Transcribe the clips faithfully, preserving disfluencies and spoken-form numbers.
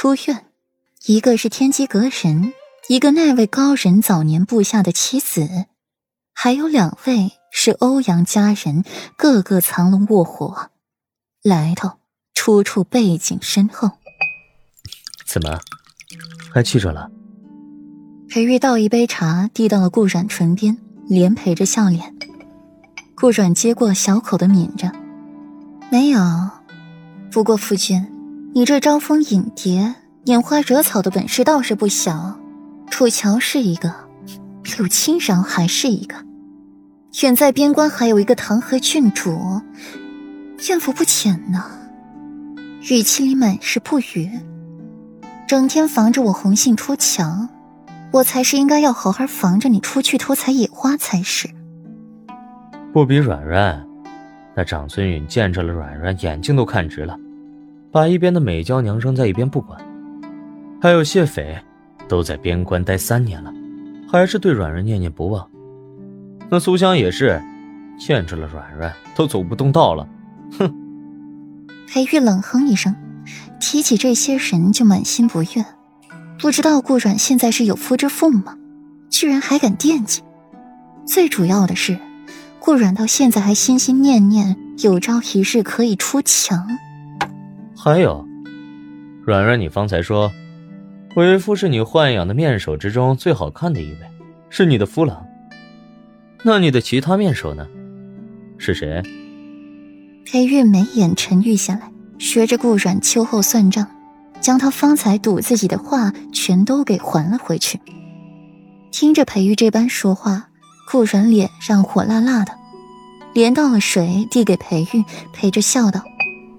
出院，一个是天机阁神，一个那位高人早年部下的妻子，还有两位是欧阳家人，个个藏龙卧虎，来头处处背景深厚。 怎么还气着了？ 裴玉倒一杯茶递到了顾阮唇边，连陪着笑脸。顾阮接过，小口的抿着，没有。不过夫君，你这招蜂引蝶、拈花惹草的本事倒是不小。楚乔是一个，柳青饶还是一个，远在边关还有一个唐河郡主，艳福不浅呢。语气里满是不愉，整天防着我红杏出墙，我才是应该要好好防着你出去偷采野花才是。 不比软软，那长孙允见着了软软，眼睛都看直了，把一边的美娇娘扔在一边不管。还有谢斐，都在边关待三年了，还是对软软念念不忘。那苏香也是，见着了软软都走不动道了，哼。 裴玉冷哼一声，提起这些人就满心不悦，不知道顾阮现在是有夫之妇吗？居然还敢惦记。最主要的是，顾阮到现在还心心念念有朝一日可以出墙。 还有，软软，你方才说为夫是你豢养的面首之中最好看的一位，是你的夫郎。那你的其他面首呢？是谁？ 裴玉眉眼沉郁下来，学着顾阮秋后算账，将他方才堵自己的话全都给还了回去。听着裴玉这般说话，顾阮脸上火辣辣的，连倒了水递给裴玉，陪着笑道：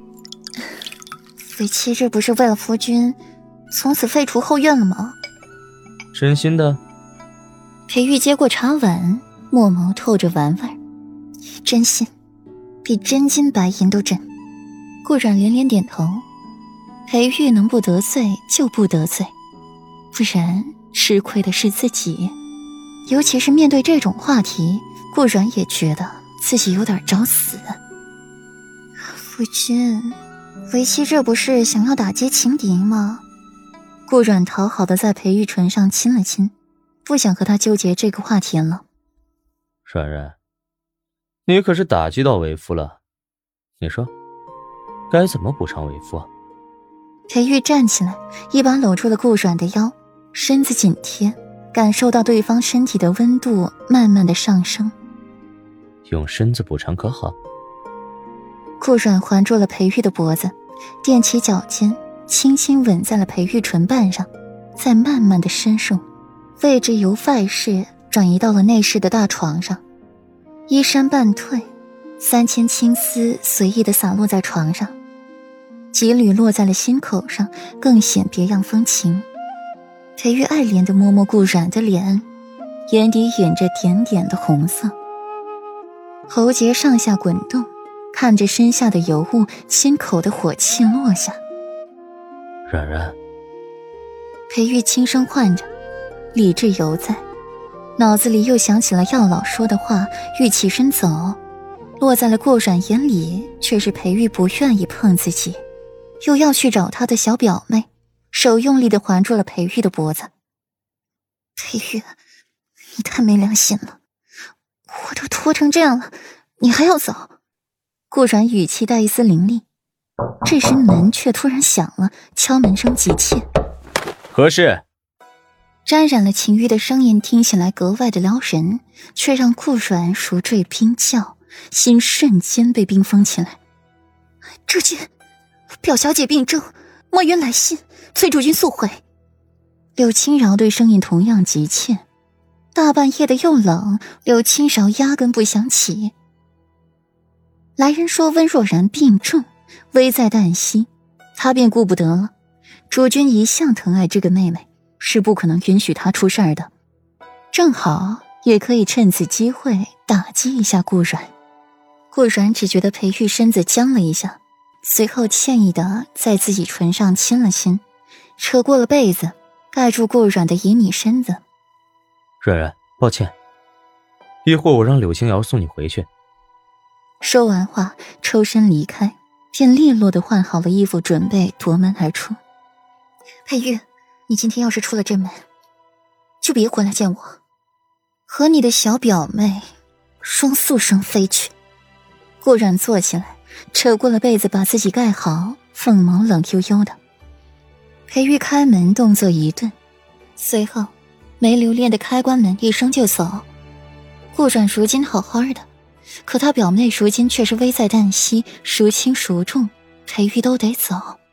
为妻这不是为了夫君从此废除后院了吗？ 真心的？ 裴玉接过茶碗，墨眸透着玩味，真心，比真金白银都真。顾阮连连点头，裴玉能不得罪就不得罪，不然吃亏的是自己。尤其是面对这种话题，顾阮也觉得自己有点找死。夫君，为妻这不是想要打击情敌吗？顾阮讨好的在裴玉唇上亲了亲，不想和他纠结这个话题了。 软软，你可是打击到为夫了，你说该怎么补偿为夫？ 裴玉站起来，一把搂住了顾阮的腰，身子紧贴，感受到对方身体的温度慢慢的上升。 用身子补偿可好？ 顾阮环住了裴玉的脖子，踮起脚尖，轻轻吻在了裴玉唇瓣上，再慢慢的深入，位置由外室转移到了内室的大床上。衣衫半退，三千青丝随意的洒落在床上，几缕落在了心口上，更显别样风情。裴玉爱怜地摸摸顾阮的脸，眼底隐着点点的红色，喉结上下滚动，看着身下的尤物，心口的火气落下。 软软， 裴玉轻声唤着，理智犹在，脑子里又想起了药老说的话，欲起身走，落在了顾阮眼里却是裴玉不愿意碰自己，又要去找他的小表妹，手用力地环住了裴玉的脖子。裴玉，你太没良心了，我都拖成这样了，你还要走？顾阮语气带一丝凌厉。这时门却突然响了，敲门声急切。 何事？ 沾染了情欲的声音听起来格外的撩人，却让顾阮如坠冰窖，心瞬间被冰封起来。主君，表小姐病重，墨渊来信，催主君速回。柳青饶对声音同样急切，大半夜的又冷，柳青饶压根不想起。来人说温若然病重，危在旦夕，他便顾不得了。主君一向疼爱这个妹妹，是不可能允许她出事儿的，正好也可以趁此机会打击一下顾阮。顾阮只觉得裴玉身子僵了一下，随后歉意地在自己唇上亲了亲，扯过了被子盖住顾阮的旖旎身子。 软软，抱歉，一会儿我让柳青瑶送你回去。 说完话，抽身离开，便利落地换好了衣服，准备夺门而出。 裴玉，你今天要是出了这门，就别回来见我，和你的小表妹双宿生飞去。顾阮坐起来，扯过了被子把自己盖好，凤眸冷悠悠的。裴玉开门动作一顿，随后没留恋的开关门一声就走。顾阮如今好好的，可他表妹如今却是危在旦夕，孰轻孰重，裴玉都得走。